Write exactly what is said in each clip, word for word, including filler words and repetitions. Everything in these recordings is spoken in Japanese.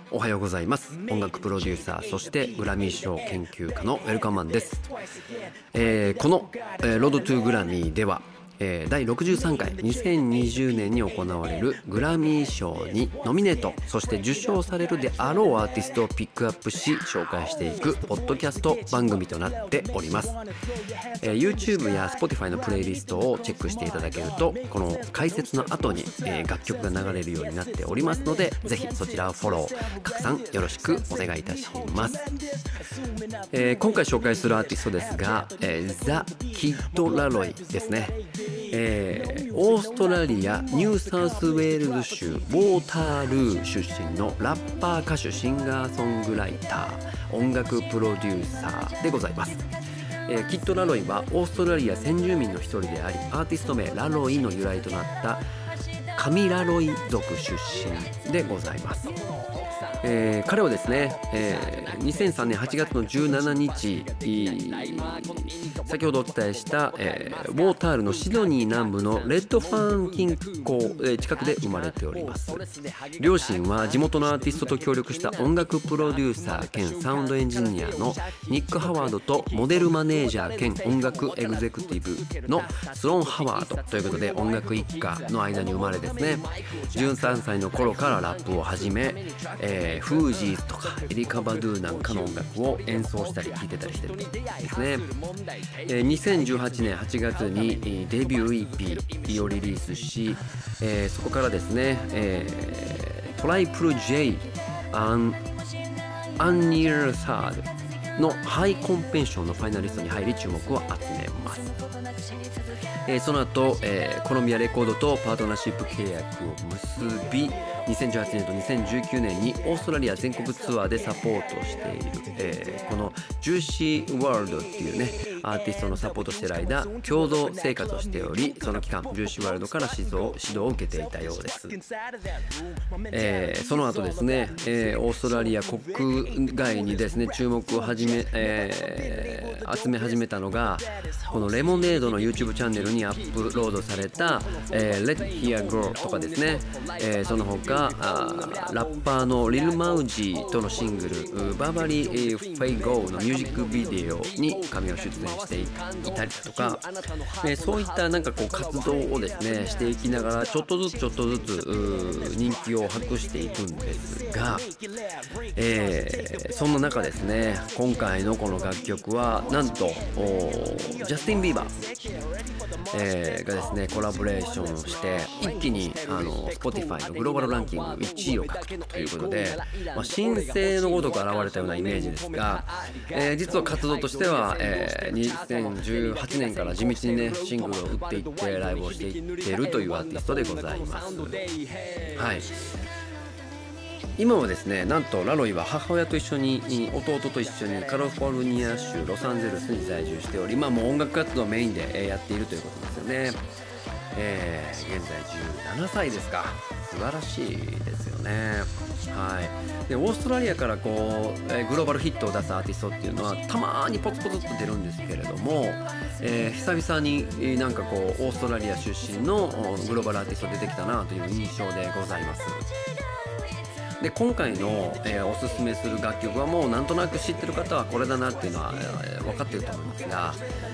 おはようございます。音楽プロデューサー、そしてグラミー賞研究家のウェルカムマンです。えー、この、えー、ロードトゥグラミーでは、えー、だいろくじゅうさんかいにせんにじゅうねんに行われるグラミー賞にノミネート、そして受賞されるであろうアーティストをピックアップし紹介していくポッドキャスト番組となっております。えー、YouTube や Spotify のプレイリストをチェックしていただけると、この解説の後に、えー、楽曲が流れるようになっておりますので、ぜひそちらをフォロー拡散よろしくお願いいたします。えー、今回紹介するアーティストですが、えー、ザ・キッド・ラロイですね。えー、オーストラリアニューサウスウェールズ州ウォータールー出身のラッパー、歌手、シンガーソングライター、音楽プロデューサーでございます。えー、キッド・ラロイはオーストラリア先住民の一人であり、アーティスト名ラロイの由来となったカミラロイ族出身でございます。えー、彼はですね、えー、にせんさんねんはちがつのじゅうしちにち、先ほどお伝えした、えー、ウォータールのシドニー南部のレッドファーン近郊、えー、近くで生まれております。両親は地元のアーティストと協力した音楽プロデューサー兼サウンドエンジニアのニック・ハワードとモデルマネージャー兼音楽エグゼクティブのスローン・ハワードということで、音楽一家の間に生まれですね、じゅうさんさいの頃からラップを始め、えーフージーズとかエリカ・バドゥなんかの音楽を演奏したり聴いてたりしてるんですね。えー、にせんじゅうはちねんはちがつにデビュー イーピー をリリースし、えー、そこからですね、えー、トライプル J アンアンニールサードのハイコンペンションのファイナリストに入り注目を集めます。えー、その後、えー、コロンビアレコードとパートナーシップ契約を結び、にせんじゅうはちねんとにせんじゅうきゅうねんにオーストラリア全国ツアーでサポートしている、えー、このジューシーワールドっていうねアーティストのサポートしている間、共同生活をしており、その期間ジューシーワールドから指導指導を受けていたようです。えー、その後ですね、えー、オーストラリア国外にですね注目を始め、えー、集め始めたのが、このレモネードの YouTube チャンネルにアップロードされた、えー、Let Here Go とかですね、えー、その他あラッパーのリル・マウジーとのシングルバーバリー・フェイ・ゴーのミュージックビデオに神を出演していたりだとか、えー、そういったなんかこう活動をですねしていきながら、ちょっとずつちょっとずつ人気を博していくんですが、えー、そんな中ですね、今回のこの楽曲はなんとジャスティン・ビーバーえー、がですねコラボレーションをして一気にあの Spotify のグローバルランキングいちいを獲得ということで、まあ、新星のごとく現れたようなイメージですが、えー、実は活動としては、えー、にせんじゅうはちねんから地道にねシングルを打っていってライブをしていっているというアーティストでございます。はい、今はですね、なんとラロイは母親と一緒に弟と一緒にカリフォルニア州ロサンゼルスに在住しており、まあもう音楽活動をメインでやっているということですよね。えー、現在じゅうななさいですか。素晴らしいですよね。はい。でオーストラリアからこう、えー、グローバルヒットを出すアーティストっていうのはたまーにポツポツっと出るんですけれども、えー、久々になんかこうオーストラリア出身のグローバルアーティスト出てきたなという印象でございます。で今回の、えー、おすすめする楽曲はもうなんとなく知ってる方はこれだなっていうのは、えー、分かってると思いますが、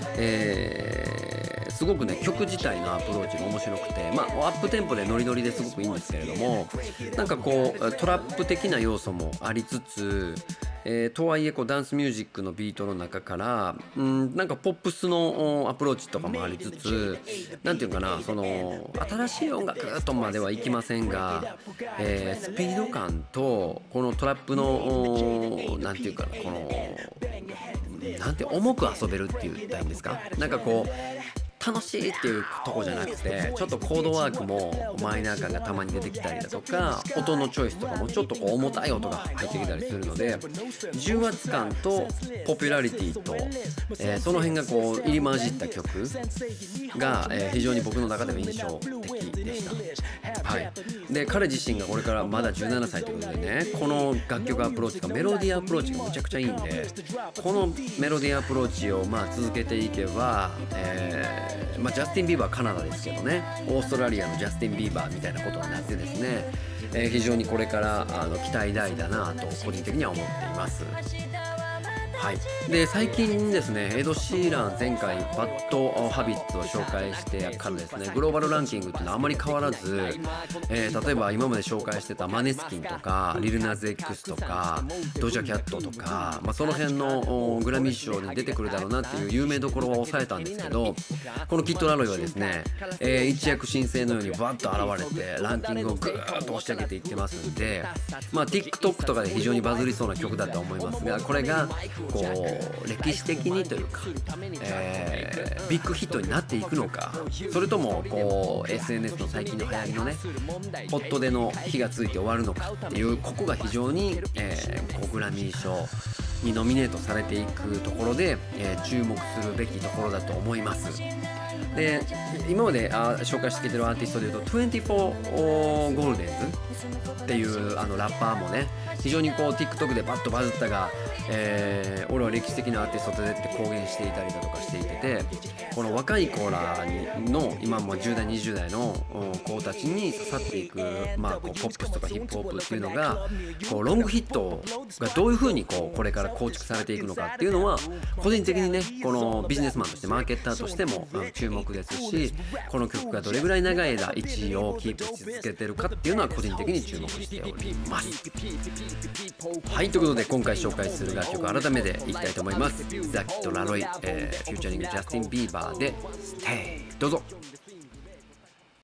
えー、すごくね曲自体のアプローチが面白くて、まあアップテンポでノリノリですごくいいんですけれども、なんかこうトラップ的な要素もありつつ、えー、とはいえこうダンスミュージックのビートの中から、うん、なんかポップスのアプローチとかもありつつ、なんていうかな、その新しい音楽とまではいきませんが、えー、スピード感とこのトラップのなんていうかな、このなんて重く遊べるって言ったらいいんですか、なんかこう楽しいっていうとこじゃなくて、ちょっとコードワークもマイナー感がたまに出てきたりだとか、音のチョイスとかもちょっとこう重たい音が入ってきたりするので、重圧感とポピュラリティと、えー、その辺がこう入り混じった曲が、えー、非常に僕の中では印象的ででした。はい、で彼自身がこれからまだじゅうななさいということでね、この楽曲アプローチとかメロディーアプローチがむちゃくちゃいいんで、このメロディーアプローチをまあ続けていけば、えーまあ、ジャスティン・ビーバーはカナダですけどね、オーストラリアのジャスティン・ビーバーみたいなことになってですね、えー、非常にこれからあの期待大だなと個人的には思っています。はい、で最近ですね、エド・シーラン前回バッド・ハビッツを紹介してからですね、グローバルランキングっていうのはあまり変わらず、えー、例えば今まで紹介してたマネスキンとかリルナズ X とかドジャキャットとか、まあ、その辺のグラミー賞に出てくるだろうなっていう有名どころは抑えたんですけど、このキッド・ラロイはですね、えー、一躍新星のようにバッと現れてランキングをぐーっと押し上げていってますんで、まあ、TikTok とかで非常にバズりそうな曲だと思いますが、これがこう歴史的にというか、えー、ビッグヒットになっていくのか、それともこう エスエヌエス の最近の流行りのねホットでの火がついて終わるのかっていう、ここが非常に、えー、こうグラミー賞にノミネートされていくところで、えー、注目するべきところだと思います。で今まであ紹介してきてるアーティストでいうとにじゅうよんゴールデンズっていうあのラッパーもね、非常にこう TikTok でバッとバズったが、えー、俺は歴史的なアーティストと出て公言していたりだとかしていてて、この若い子らにの今もじゅう代にじゅう代の子たちに刺さっていく、まあ、こうポップスとかヒップホップっていうのがこうロングヒットがどういう風にこうこれから構築されていくのかっていうのは、個人的にねこのビジネスマンとしてマーケッターとしても注目ですし、この曲がどれぐらい長い間いちいをキープし続けてるかっていうのは個人的に注目しております。はい、ということで今回紹介する楽曲改めていきたいと思います。ザ・キッド・ラロイ、えー、フューチャリングジャスティン・ビーバーで Stay、 どうぞ。